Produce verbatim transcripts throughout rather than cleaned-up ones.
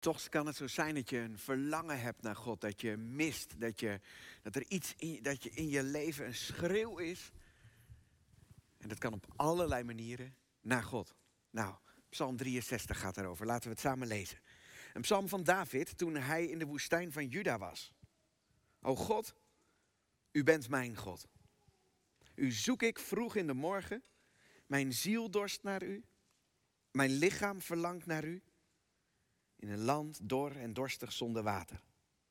Toch kan het zo zijn dat je een verlangen hebt naar God. Dat je mist. Dat, je, dat er iets in, dat je in je leven een schreeuw is. En dat kan op allerlei manieren naar God. Nou, Psalm drieënzestig gaat daarover. Laten we het samen lezen. Een psalm van David toen hij in de woestijn van Juda was. O God, u bent mijn God. U zoek ik vroeg in de morgen. Mijn ziel dorst naar u. Mijn lichaam verlangt naar u. In een land dor en dorstig zonder water.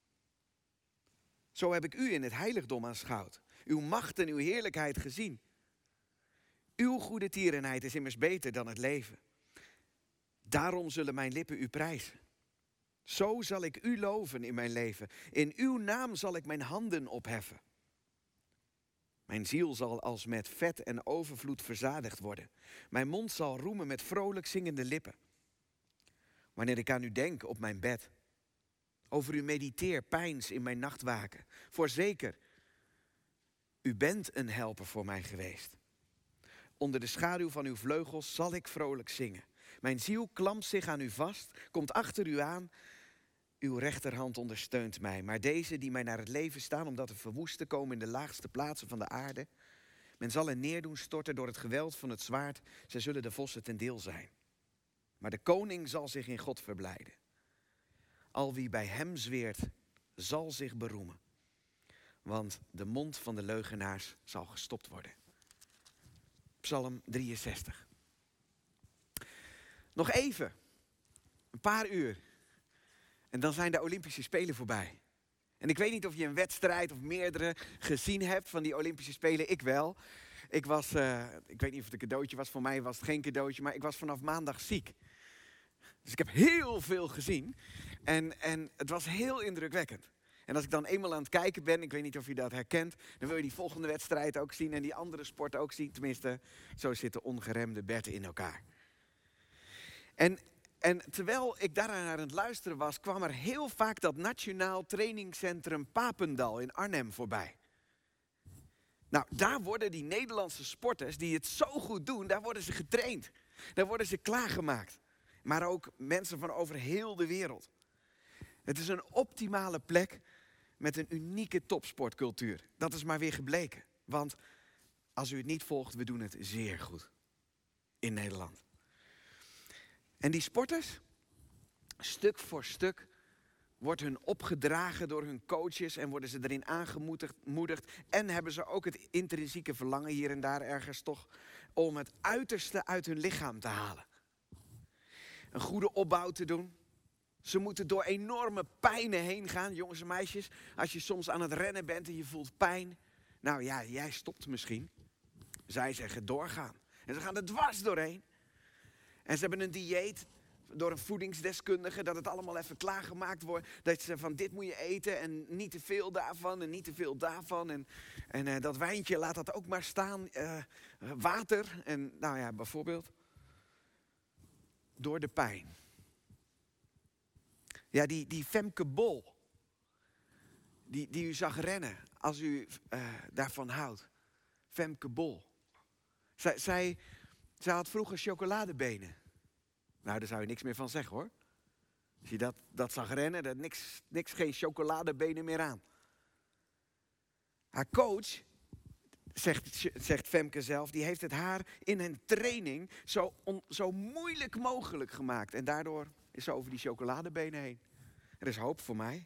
Zo heb ik u in het heiligdom aanschouwd. Uw macht en uw heerlijkheid gezien. Uw goede tierenheid is immers beter dan het leven. Daarom zullen mijn lippen u prijzen. Zo zal ik u loven in mijn leven. In uw naam zal ik mijn handen opheffen. Mijn ziel zal als met vet en overvloed verzadigd worden. Mijn mond zal roemen met vrolijk zingende lippen. Wanneer ik aan u denk op mijn bed. Over u mediteer, peins in mijn nachtwaken. Voorzeker, u bent een helper voor mij geweest. Onder de schaduw van uw vleugels zal ik vrolijk zingen. Mijn ziel klampt zich aan u vast, komt achter u aan. Uw rechterhand ondersteunt mij. Maar deze die mij naar het leven staan, omdat te verwoesten komen in de laagste plaatsen van de aarde. Men zal hen neerdoen storten door het geweld van het zwaard. Zij zullen de vossen ten deel zijn. Maar de koning zal zich in God verblijden. Al wie bij hem zweert, zal zich beroemen. Want de mond van de leugenaars zal gestopt worden. Psalm drieënzestig. Nog even. Een paar uur. En dan zijn de Olympische Spelen voorbij. En ik weet niet of je een wedstrijd of meerdere gezien hebt van die Olympische Spelen. Ik wel. Ik was, uh, ik weet niet of het een cadeautje was. Voor mij was het geen cadeautje. Maar ik was vanaf maandag ziek. Dus ik heb heel veel gezien. En, en het was heel indrukwekkend. En als ik dan eenmaal aan het kijken ben, ik weet niet of je dat herkent, dan wil je die volgende wedstrijd ook zien en die andere sport ook zien. Tenminste, zo zitten ongeremde Berten in elkaar. En, en terwijl ik daar naar het luisteren was, kwam er heel vaak dat Nationaal Trainingscentrum Papendal in Arnhem voorbij. Nou, daar worden die Nederlandse sporters die het zo goed doen, daar worden ze getraind. Daar worden ze klaargemaakt. Maar ook mensen van over heel de wereld. Het is een optimale plek met een unieke topsportcultuur. Dat is maar weer gebleken. Want als u het niet volgt, we doen het zeer goed. In Nederland. En die sporters, stuk voor stuk, wordt hun opgedragen door hun coaches en worden ze erin aangemoedigd. En hebben ze ook het intrinsieke verlangen hier en daar ergens toch om het uiterste uit hun lichaam te halen. Een goede opbouw te doen. Ze moeten door enorme pijnen heen gaan, jongens en meisjes. Als je soms aan het rennen bent en je voelt pijn. Nou ja, jij stopt misschien. Zij zeggen doorgaan. En ze gaan er dwars doorheen. En ze hebben een dieet door een voedingsdeskundige. Dat het allemaal even klaargemaakt wordt. Dat ze van dit moet je eten en niet te veel daarvan en niet te veel daarvan. En, en uh, dat wijntje, laat dat ook maar staan. Uh, water en nou ja, bijvoorbeeld. Door de pijn. Ja, die, die Femke Bol, die, die u zag rennen, als u uh, daarvan houdt. Femke Bol. Zij, zij, zij had vroeger chocoladebenen. Nou, daar zou je niks meer van zeggen, hoor. Als je dat, dat zag rennen, dat niks, niks, geen chocoladebenen meer aan. Haar coach, zegt, zegt Femke zelf, die heeft het haar in een training zo, on, zo moeilijk mogelijk gemaakt. En daardoor is ze over die chocoladebenen heen. Er is hoop voor mij.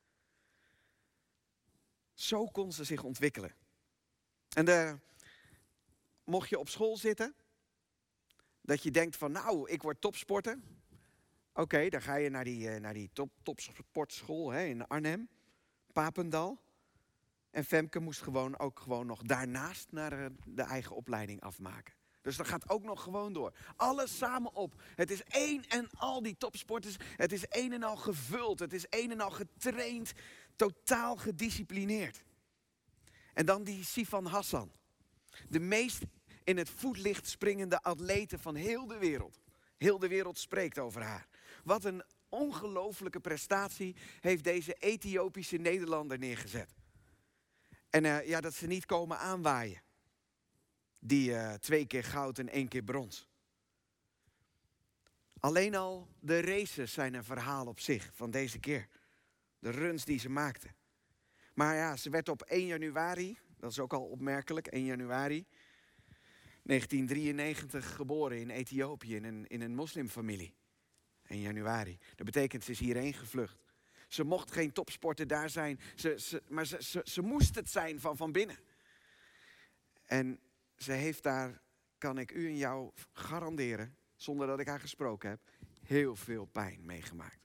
Zo kon ze zich ontwikkelen. En de, mocht je op school zitten, dat je denkt van nou, ik word topsporter. Oké, okay, dan ga je naar die, naar die top, topsportschool hè, in Arnhem, Papendal. En Femke moest gewoon ook gewoon nog daarnaast naar de eigen opleiding afmaken. Dus dat gaat ook nog gewoon door. Alles samen op. Het is één en al die topsporters. Het is één en al gevuld. Het is één en al getraind. Totaal gedisciplineerd. En dan die Sifan Hassan. De meest in het voetlicht springende atlete van heel de wereld. Heel de wereld spreekt over haar. Wat een ongelofelijke prestatie heeft deze Ethiopische Nederlander neergezet. En uh, ja, dat ze niet komen aanwaaien. Die uh, twee keer goud en één keer brons. Alleen al de races zijn een verhaal op zich van deze keer. De runs die ze maakten. Maar ja, ze werd op één januari, dat is ook al opmerkelijk, één januari negentien drieënnegentig geboren in Ethiopië in een, in een moslimfamilie. één januari. Dat betekent ze is hierheen gevlucht. Ze mocht geen topsporter daar zijn, ze, ze, maar ze, ze, ze moest het zijn van van binnen. En ze heeft daar, kan ik u en jou garanderen, zonder dat ik haar gesproken heb, heel veel pijn meegemaakt.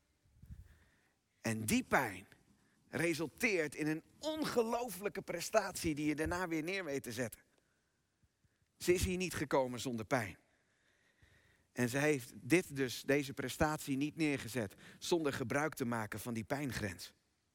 En die pijn resulteert in een ongelooflijke prestatie die je daarna weer neer weet te zetten. Ze is hier niet gekomen zonder pijn. En ze heeft dit dus, deze prestatie niet neergezet zonder gebruik te maken van die pijngrens.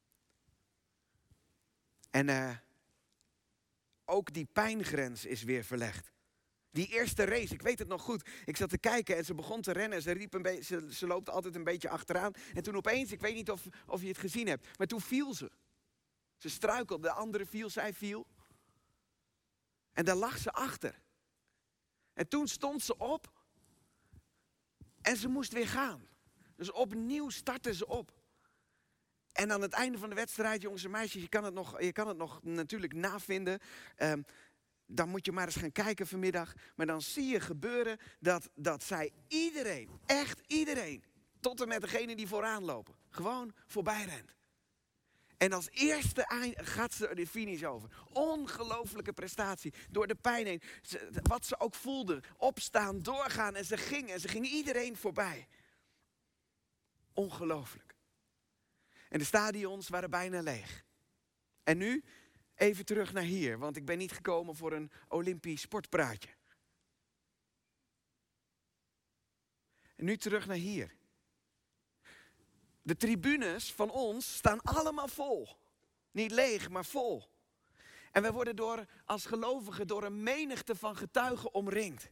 En uh, ook die pijngrens is weer verlegd. Die eerste race, ik weet het nog goed. Ik zat te kijken en ze begon te rennen. Ze, riep een be- ze, ze loopt altijd een beetje achteraan. En toen opeens, ik weet niet of, of je het gezien hebt, maar toen viel ze. Ze struikelde, de andere viel, zij viel. En daar lag ze achter. En toen stond ze op. En ze moest weer gaan. Dus opnieuw startte ze op. En aan het einde van de wedstrijd, jongens en meisjes, je kan het nog, je kan het nog natuurlijk navinden. Um, dan moet je maar eens gaan kijken vanmiddag. Maar dan zie je gebeuren dat, dat zij iedereen, echt iedereen, tot en met degene die vooraan lopen, gewoon voorbij rent. En als eerste eind gaat ze de finish over. Ongelooflijke prestatie. Door de pijn heen. Ze, wat ze ook voelde. Opstaan, doorgaan. En ze ging. En ze ging iedereen voorbij. Ongelooflijk. En de stadions waren bijna leeg. En nu even terug naar hier. Want ik ben niet gekomen voor een Olympisch sportpraatje. En nu terug naar hier. De tribunes van ons staan allemaal vol. Niet leeg, maar vol. En we worden door, als gelovigen door een menigte van getuigen omringd.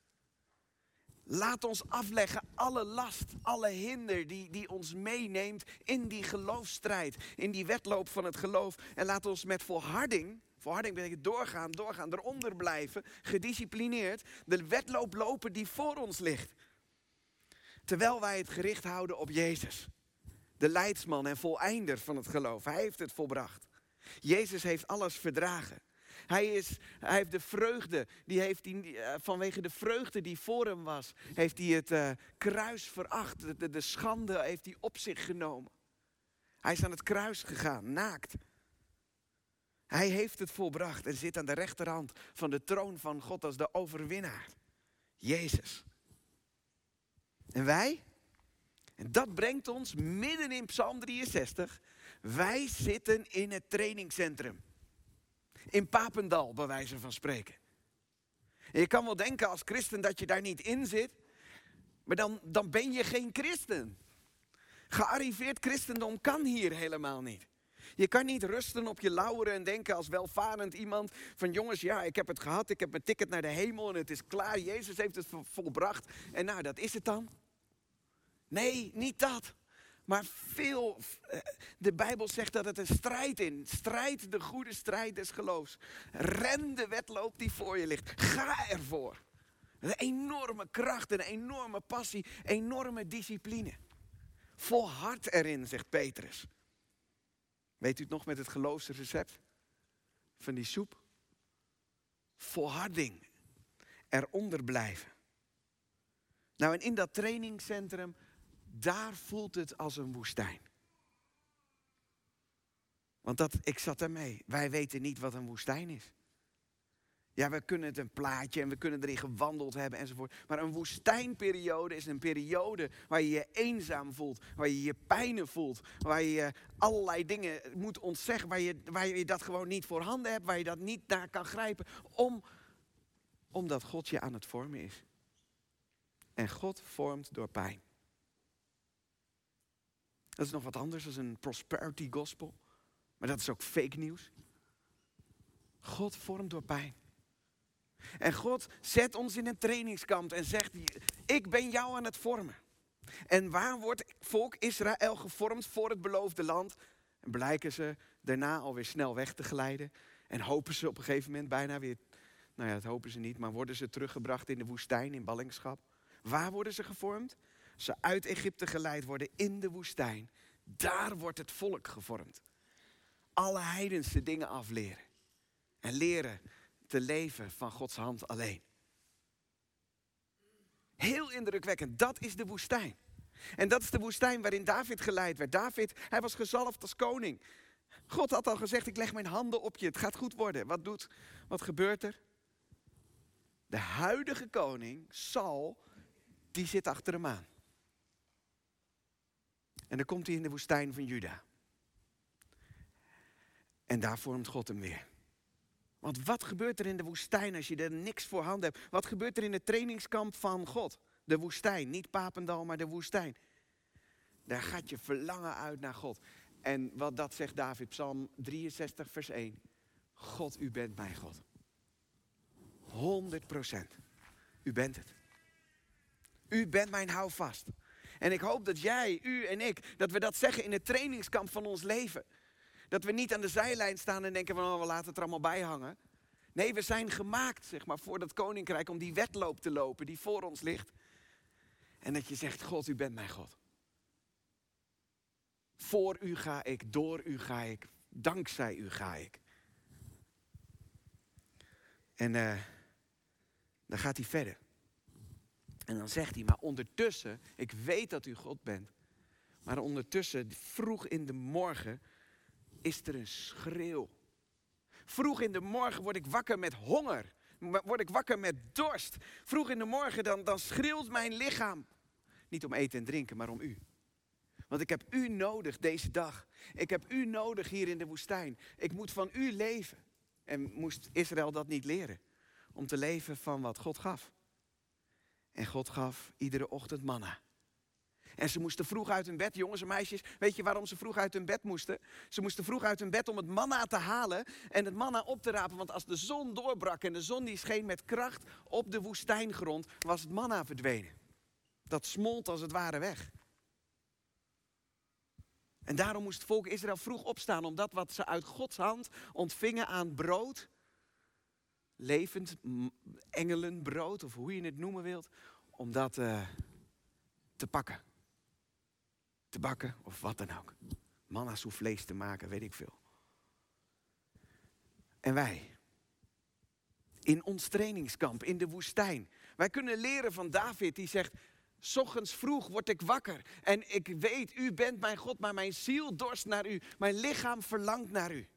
Laat ons afleggen alle last, alle hinder die, die ons meeneemt in die geloofsstrijd. In die wedloop van het geloof. En laat ons met volharding, volharding betekent doorgaan, doorgaan, eronder blijven. Gedisciplineerd, de wedloop lopen die voor ons ligt. Terwijl wij het gericht houden op Jezus. De leidsman en voleinder van het geloof. Hij heeft het volbracht. Jezus heeft alles verdragen. Hij, is, hij heeft de vreugde, die heeft die, vanwege de vreugde die voor hem was, heeft hij het uh, kruis veracht. De, de, de schande heeft hij op zich genomen. Hij is aan het kruis gegaan, naakt. Hij heeft het volbracht en zit aan de rechterhand van de troon van God als de overwinnaar. Jezus. En wij? En dat brengt ons midden in Psalm drieënzestig. Wij zitten in het trainingscentrum. In Papendal, bij wijze van spreken. En je kan wel denken als christen dat je daar niet in zit. Maar dan, dan ben je geen christen. Gearriveerd christendom kan hier helemaal niet. Je kan niet rusten op je lauweren en denken als welvarend iemand van jongens, ja, ik heb het gehad, ik heb mijn ticket naar de hemel en het is klaar. Jezus heeft het volbracht en nou, dat is het dan. Nee, niet dat. Maar veel, de Bijbel zegt dat het een strijd in. Strijd de goede strijd des geloofs. Ren de wedloop die voor je ligt. Ga ervoor. Een enorme kracht, een enorme passie, enorme discipline. Volhard erin, zegt Petrus. Weet u het nog met het geloofsrecept? Van die soep? Volharding. Eronder blijven. Nou, en in dat trainingscentrum, daar voelt het als een woestijn. Want dat, ik zat ermee. Wij weten niet wat een woestijn is. Ja, we kunnen het een plaatje en we kunnen erin gewandeld hebben enzovoort. Maar een woestijnperiode is een periode waar je je eenzaam voelt. Waar je je pijnen voelt. Waar je allerlei dingen moet ontzeggen. Waar je, waar je dat gewoon niet voorhanden hebt. Waar je dat niet naar kan grijpen. Om, omdat God je aan het vormen is. En God vormt door pijn. Dat is nog wat anders dan een prosperity gospel. Maar dat is ook fake nieuws. God vormt door pijn. En God zet ons in een trainingskamp en zegt, ik ben jou aan het vormen. En waar wordt volk Israël gevormd voor het beloofde land? En blijken ze daarna alweer snel weg te glijden. En hopen ze op een gegeven moment bijna weer, nou ja, dat hopen ze niet, maar worden ze teruggebracht in de woestijn, in ballingschap. Waar worden ze gevormd? Ze uit Egypte geleid worden in de woestijn. Daar wordt het volk gevormd. Alle heidense dingen afleren. En leren te leven van Gods hand alleen. Heel indrukwekkend, dat is de woestijn. En dat is de woestijn waarin David geleid werd. David, hij was gezalfd als koning. God had al gezegd, ik leg mijn handen op je, het gaat goed worden. Wat doet, wat gebeurt er? De huidige koning, Saul, die zit achter hem aan. En dan komt hij in de woestijn van Juda. En daar vormt God hem weer. Want wat gebeurt er in de woestijn als je er niks voor handen hebt? Wat gebeurt er in het trainingskamp van God? De woestijn, niet Papendal, maar de woestijn. Daar gaat je verlangen uit naar God. En wat dat zegt David, Psalm drieënzestig vers één. God, u bent mijn God. honderd procent. U bent het. U bent mijn houvast. En ik hoop dat jij, u en ik, dat we dat zeggen in het trainingskamp van ons leven. Dat we niet aan de zijlijn staan en denken van, oh, we laten het er allemaal bij hangen. Nee, we zijn gemaakt, zeg maar, voor dat koninkrijk om die wedloop te lopen die voor ons ligt. En dat je zegt, God, u bent mijn God. Voor u ga ik, door u ga ik, dankzij u ga ik. En uh, dan gaat hij verder. En dan zegt hij, maar ondertussen, ik weet dat u God bent. Maar ondertussen, vroeg in de morgen, is er een schreeuw. Vroeg in de morgen word ik wakker met honger. Word ik wakker met dorst. Vroeg in de morgen, dan, dan schreeuwt mijn lichaam. Niet om eten en drinken, maar om u. Want ik heb u nodig deze dag. Ik heb u nodig hier in de woestijn. Ik moet van u leven. En moest Israël dat niet leren? Om te leven van wat God gaf. En God gaf iedere ochtend manna. En ze moesten vroeg uit hun bed, jongens en meisjes. Weet je waarom ze vroeg uit hun bed moesten? Ze moesten vroeg uit hun bed om het manna te halen en het manna op te rapen. Want als de zon doorbrak en de zon die scheen met kracht op de woestijngrond, was het manna verdwenen. Dat smolt als het ware weg. En daarom moest het volk Israël vroeg opstaan, omdat wat ze uit Gods hand ontvingen aan brood, levend engelenbrood, of hoe je het noemen wilt, om dat uh, te pakken. Te bakken of wat dan ook. Manna soufflés te maken, weet ik veel. En wij, in ons trainingskamp, in de woestijn. Wij kunnen leren van David die zegt, 's ochtends vroeg word ik wakker. En ik weet, u bent mijn God, maar mijn ziel dorst naar u. Mijn lichaam verlangt naar u.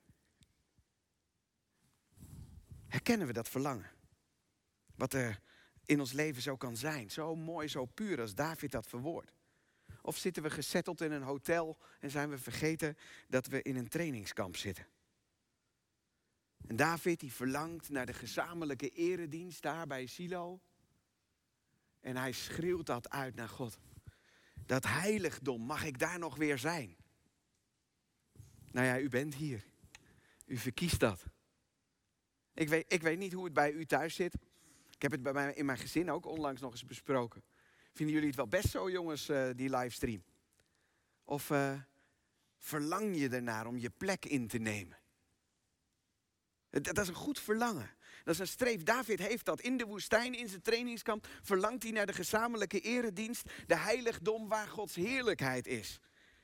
Herkennen we dat verlangen? Wat er in ons leven zo kan zijn. Zo mooi, zo puur als David dat verwoordt. Of zitten we gesetteld in een hotel en zijn we vergeten dat we in een trainingskamp zitten. En David die verlangt naar de gezamenlijke eredienst daar bij Silo. En hij schreeuwt dat uit naar God. Dat heiligdom, mag ik daar nog weer zijn? Nou ja, u bent hier. U verkiest dat. Ik weet, ik weet niet hoe het bij u thuis zit. Ik heb het bij mij in mijn gezin ook onlangs nog eens besproken. Vinden jullie het wel best zo, jongens, uh, die livestream? Of uh, verlang je ernaar om je plek in te nemen? Dat, dat is een goed verlangen. Dat is een streef. David heeft dat in de woestijn, in zijn trainingskamp. Verlangt hij naar de gezamenlijke eredienst. De heiligdom waar Gods heerlijkheid is.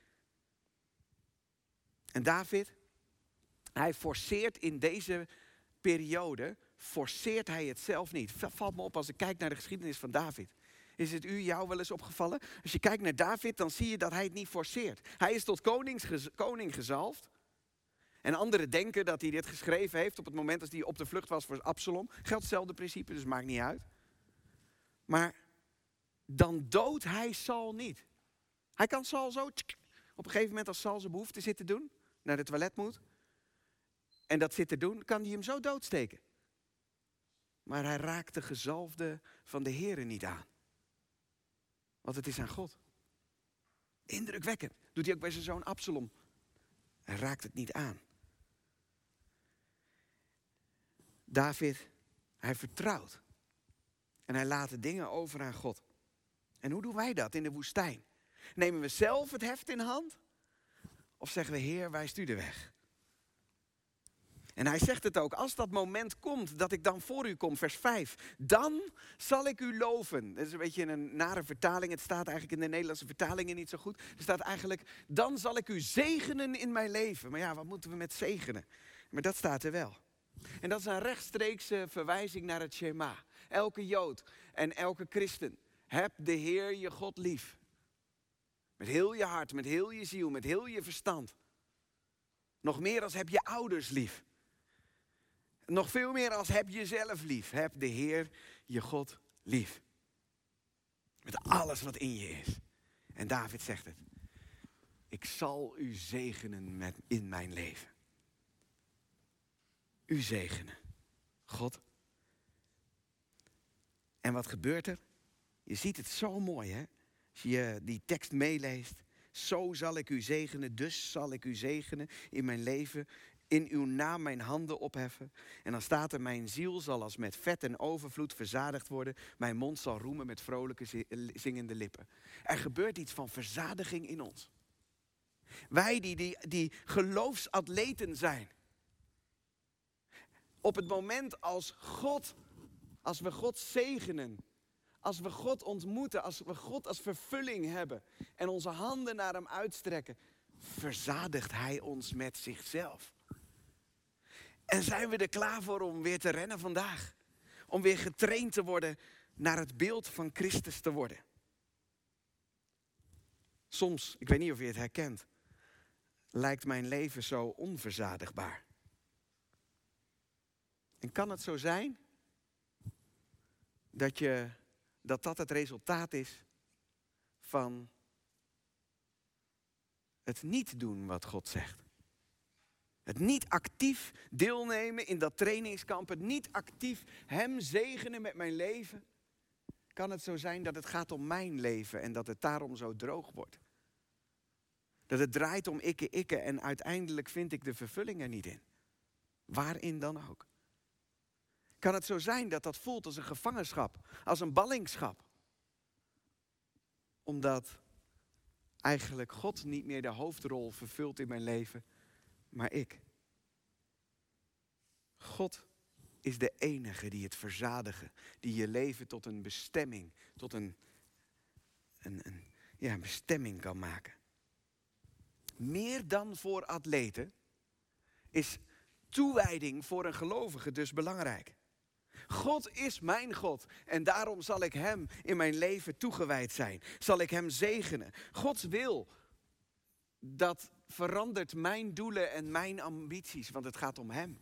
En David, hij forceert in deze periode, forceert hij het zelf niet. Dat valt me op als ik kijk naar de geschiedenis van David. Is het u, jou wel eens opgevallen? Als je kijkt naar David, dan zie je dat hij het niet forceert. Hij is tot konings, koning gezalfd. En anderen denken dat hij dit geschreven heeft op het moment dat hij op de vlucht was voor Absalom. Geldt hetzelfde principe, dus maakt niet uit. Maar dan doodt hij Saul niet. Hij kan Saul zo, tsk, op een gegeven moment als Saul zijn behoefte zit te doen, naar het toilet moet. En dat zit te doen, kan hij hem zo doodsteken. Maar hij raakt de gezalfde van de Here niet aan. Want het is aan God. Indrukwekkend. Doet hij ook bij zijn zoon Absalom. Hij raakt het niet aan. David, hij vertrouwt. En hij laat de dingen over aan God. En hoe doen wij dat in de woestijn? Nemen we zelf het heft in hand? Of zeggen we, Heer, wijst u de weg? En hij zegt het ook, als dat moment komt dat ik dan voor u kom, vers vijf. Dan zal ik u loven. Dat is een beetje een nare vertaling. Het staat eigenlijk in de Nederlandse vertalingen niet zo goed. Er staat eigenlijk, dan zal ik u zegenen in mijn leven. Maar ja, wat moeten we met zegenen? Maar dat staat er wel. En dat is een rechtstreekse verwijzing naar het Shema. Elke Jood en elke christen. Heb de Heer je God lief. Met heel je hart, met heel je ziel, met heel je verstand. Nog meer als heb je ouders lief. Nog veel meer als heb jezelf lief. Heb de Heer je God lief. Met alles wat in je is. En David zegt het. Ik zal u zegenen met, in mijn leven. U zegenen. God. En wat gebeurt er? Je ziet het zo mooi, hè? Als je die tekst meeleest. Zo zal ik u zegenen, dus zal ik u zegenen in mijn leven. In uw naam mijn handen opheffen. En dan staat er, mijn ziel zal als met vet en overvloed verzadigd worden. Mijn mond zal roemen met vrolijke zingende lippen. Er gebeurt iets van verzadiging in ons. Wij die, die, die geloofsatleten zijn. Op het moment als God, als we God zegenen. Als we God ontmoeten, als we God als vervulling hebben. En onze handen naar hem uitstrekken. Verzadigt hij ons met zichzelf. En zijn we er klaar voor om weer te rennen vandaag? Om weer getraind te worden naar het beeld van Christus te worden. Soms, ik weet niet of je het herkent, lijkt mijn leven zo onverzadigbaar. En kan het zo zijn dat je, dat, dat het resultaat is van het niet doen wat God zegt? Het niet actief deelnemen in dat trainingskamp. Het niet actief hem zegenen met mijn leven. Kan het zo zijn dat het gaat om mijn leven en dat het daarom zo droog wordt? Dat het draait om ikke, ikke en uiteindelijk vind ik de vervulling er niet in. Waarin dan ook. Kan het zo zijn dat dat voelt als een gevangenschap, als een ballingschap? Omdat eigenlijk God niet meer de hoofdrol vervult in mijn leven, maar ik. God is de enige die het verzadigen, die je leven tot een bestemming, tot een, een, een ja, bestemming kan maken. Meer dan voor atleten is toewijding voor een gelovige dus belangrijk. God is mijn God en daarom zal ik hem in mijn leven toegewijd zijn. Zal ik hem zegenen. Gods wil, dat verandert mijn doelen en mijn ambities, want het gaat om hem.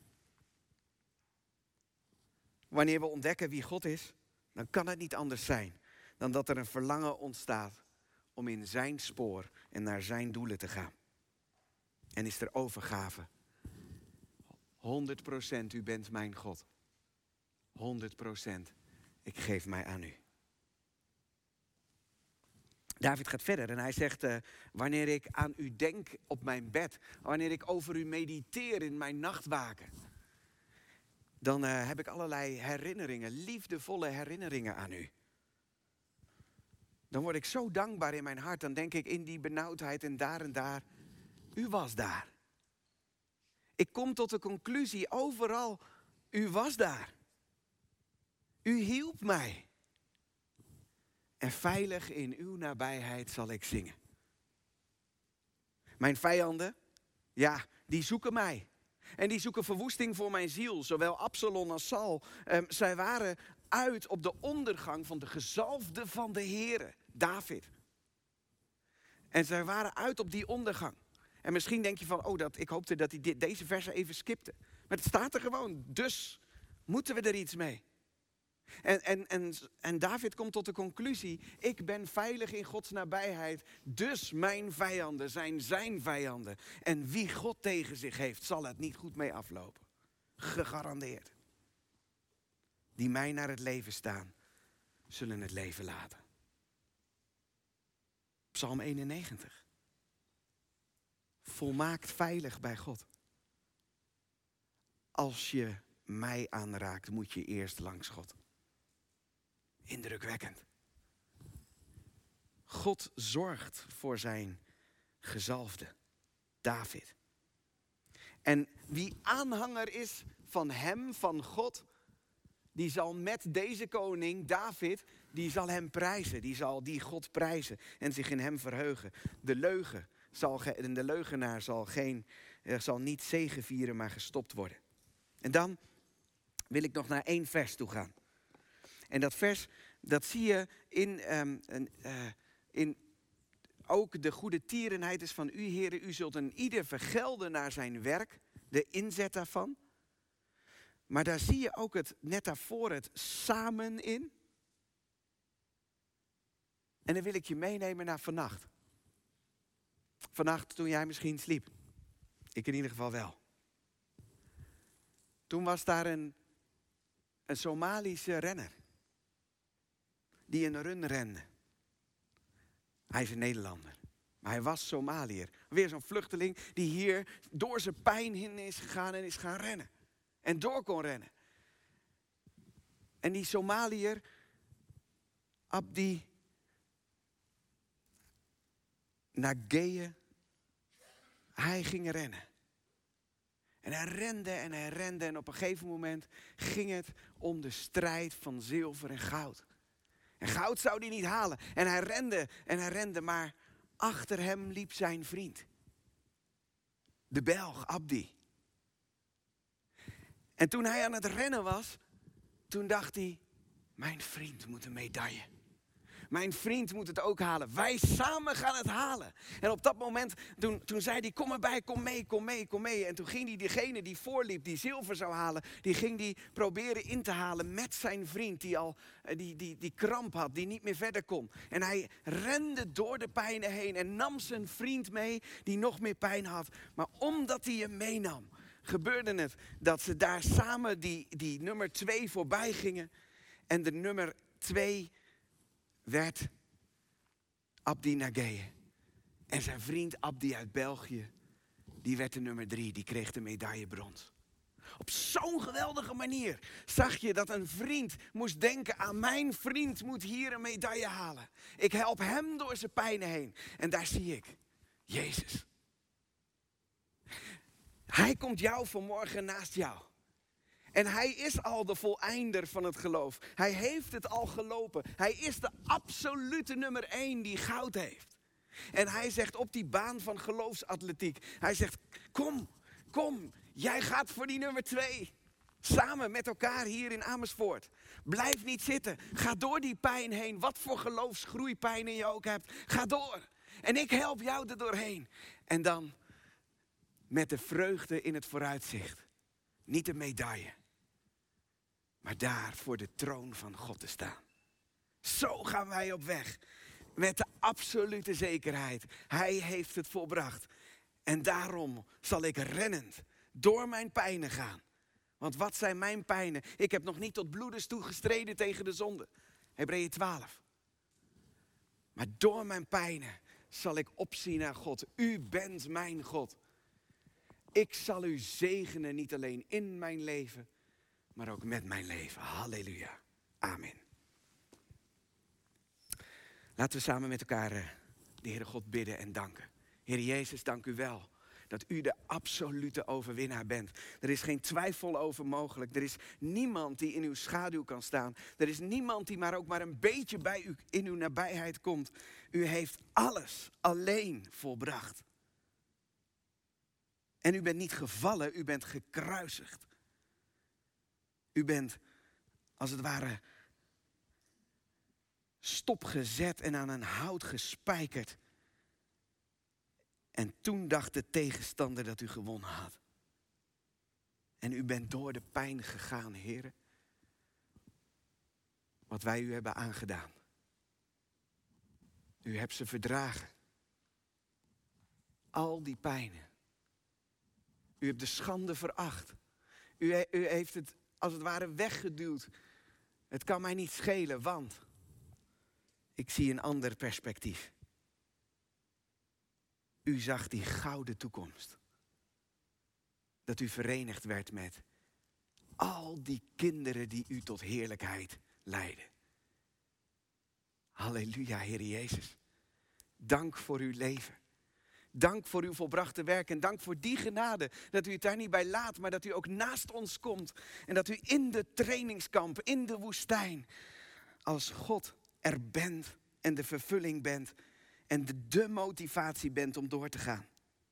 Wanneer we ontdekken wie God is, dan kan het niet anders zijn dan dat er een verlangen ontstaat om in zijn spoor en naar zijn doelen te gaan. En is er overgave. honderd procent u bent mijn God. honderd procent ik geef mij aan u. David gaat verder en hij zegt, uh, wanneer ik aan u denk op mijn bed, wanneer ik over u mediteer in mijn nachtwaken, dan uh, heb ik allerlei herinneringen, liefdevolle herinneringen aan u. Dan word ik zo dankbaar in mijn hart, dan denk ik in die benauwdheid en daar en daar, u was daar. Ik kom tot de conclusie, overal, u was daar. U hielp mij. En veilig in uw nabijheid zal ik zingen. Mijn vijanden, ja, die zoeken mij. En die zoeken verwoesting voor mijn ziel. Zowel Absalom als Saul. Um, zij waren uit op de ondergang van de gezalfde van de Heere, David. En zij waren uit op die ondergang. En misschien denk je van, oh, dat, ik hoopte dat hij dit, deze versen even skipte. Maar het staat er gewoon, dus moeten we er iets mee. En, en, en, en David komt tot de conclusie, ik ben veilig in Gods nabijheid, dus mijn vijanden zijn zijn vijanden. En wie God tegen zich heeft, zal het niet goed mee aflopen. Gegarandeerd. Die mij naar het leven staan, zullen het leven laten. Psalm eenennegentig. Volmaakt veilig bij God. Als je mij aanraakt, moet je eerst langs God. Indrukwekkend. God zorgt voor zijn gezalfde, David. En wie aanhanger is van hem, van God, die zal met deze koning, David, die zal hem prijzen. Die zal die God prijzen en zich in hem verheugen. De leugen zal ge, de leugenaar zal, geen, zal niet zegevieren, maar gestopt worden. En dan wil ik nog naar één vers toe gaan. En dat vers, dat zie je in, um, uh, in ook de goede tierenheid is van u, heren. U zult een ieder vergelden naar zijn werk, de inzet daarvan. Maar daar zie je ook het, net daarvoor het samen in. En dan wil ik je meenemen naar vannacht. Vannacht toen jij misschien sliep. Ik in ieder geval wel. Toen was daar een, een Somalische renner. Die een run rende. Hij is een Nederlander. Maar hij was Somaliër. Weer zo'n vluchteling die hier door zijn pijn heen is gegaan en is gaan rennen. En door kon rennen. En die Somaliër, Abdi Nageye, hij ging rennen. En hij rende en hij rende en op een gegeven moment ging het om de strijd van zilver en goud. En goud zou hij niet halen. En hij rende en hij rende, maar achter hem liep zijn vriend. De Belg, Abdi. En toen hij aan het rennen was, toen dacht hij, mijn vriend moet een medaille. Mijn vriend moet het ook halen. Wij samen gaan het halen. En op dat moment, toen, toen zei hij, kom erbij, kom mee, kom mee, kom mee. En toen ging hij diegene die voorliep, die zilver zou halen, die ging hij proberen in te halen met zijn vriend. Die al die, die, die kramp had, die niet meer verder kon. En hij rende door de pijnen heen en nam zijn vriend mee, die nog meer pijn had. Maar omdat hij hem meenam, gebeurde het dat ze daar samen die, die nummer twee voorbij gingen. En de nummer twee werd Abdi Nageye. En zijn vriend Abdi uit België, die werd de nummer drie. Die kreeg de medaille brons. Op zo'n geweldige manier zag je dat een vriend moest denken aan mijn vriend moet hier een medaille halen. Ik help hem door zijn pijnen heen. En daar zie ik Jezus. Hij komt jou vanmorgen naast jou. En hij is al de voleinder van het geloof. Hij heeft het al gelopen. Hij is de absolute nummer één die goud heeft. En hij zegt op die baan van geloofsatletiek. Hij zegt, kom, kom. Jij gaat voor die nummer twee. Samen met elkaar hier in Amersfoort. Blijf niet zitten. Ga door die pijn heen. Wat voor geloofsgroeipijnen je ook hebt. Ga door. En ik help jou er doorheen. En dan met de vreugde in het vooruitzicht. Niet een medaille. Maar daar voor de troon van God te staan. Zo gaan wij op weg. Met de absolute zekerheid. Hij heeft het volbracht. En daarom zal ik rennend door mijn pijnen gaan. Want wat zijn mijn pijnen? Ik heb nog niet tot bloedens toe gestreden tegen de zonde. Hebreeën twaalf. Maar door mijn pijnen zal ik opzien naar God. U bent mijn God. Ik zal u zegenen, niet alleen in mijn leven, maar ook met mijn leven. Halleluja. Amen. Laten we samen met elkaar de Heere God bidden en danken. Heer Jezus, dank u wel dat u de absolute overwinnaar bent. Er is geen twijfel over mogelijk. Er is niemand die in uw schaduw kan staan. Er is niemand die maar ook maar een beetje bij u in uw nabijheid komt. U heeft alles alleen volbracht. En u bent niet gevallen, u bent gekruisigd. U bent, als het ware, stopgezet en aan een hout gespijkerd. En toen dacht de tegenstander dat u gewonnen had. En u bent door de pijn gegaan, heren. Wat wij u hebben aangedaan. U hebt ze verdragen. Al die pijnen. U hebt de schande veracht. U, he, u heeft het als het ware weggeduwd. Het kan mij niet schelen, want ik zie een ander perspectief. U zag die gouden toekomst. Dat u verenigd werd met al die kinderen die u tot heerlijkheid leiden. Halleluja, Heer Jezus. Dank voor uw leven. Dank voor uw volbrachte werk en dank voor die genade. Dat u het daar niet bij laat, maar dat u ook naast ons komt. En dat u in de trainingskamp, in de woestijn, als God er bent en de vervulling bent. En de, de motivatie bent om door te gaan.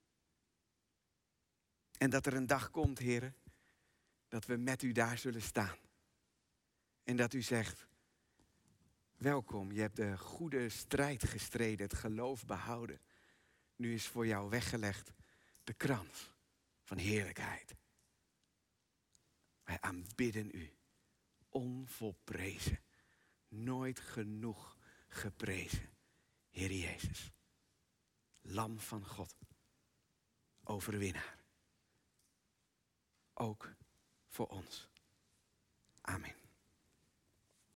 En dat er een dag komt, heren, dat we met u daar zullen staan. En dat u zegt, welkom, je hebt de goede strijd gestreden, het geloof behouden. Nu is voor jou weggelegd de krans van heerlijkheid. Wij aanbidden u, onvolprezen, nooit genoeg geprezen. Heer Jezus, Lam van God, overwinnaar. Ook voor ons. Amen.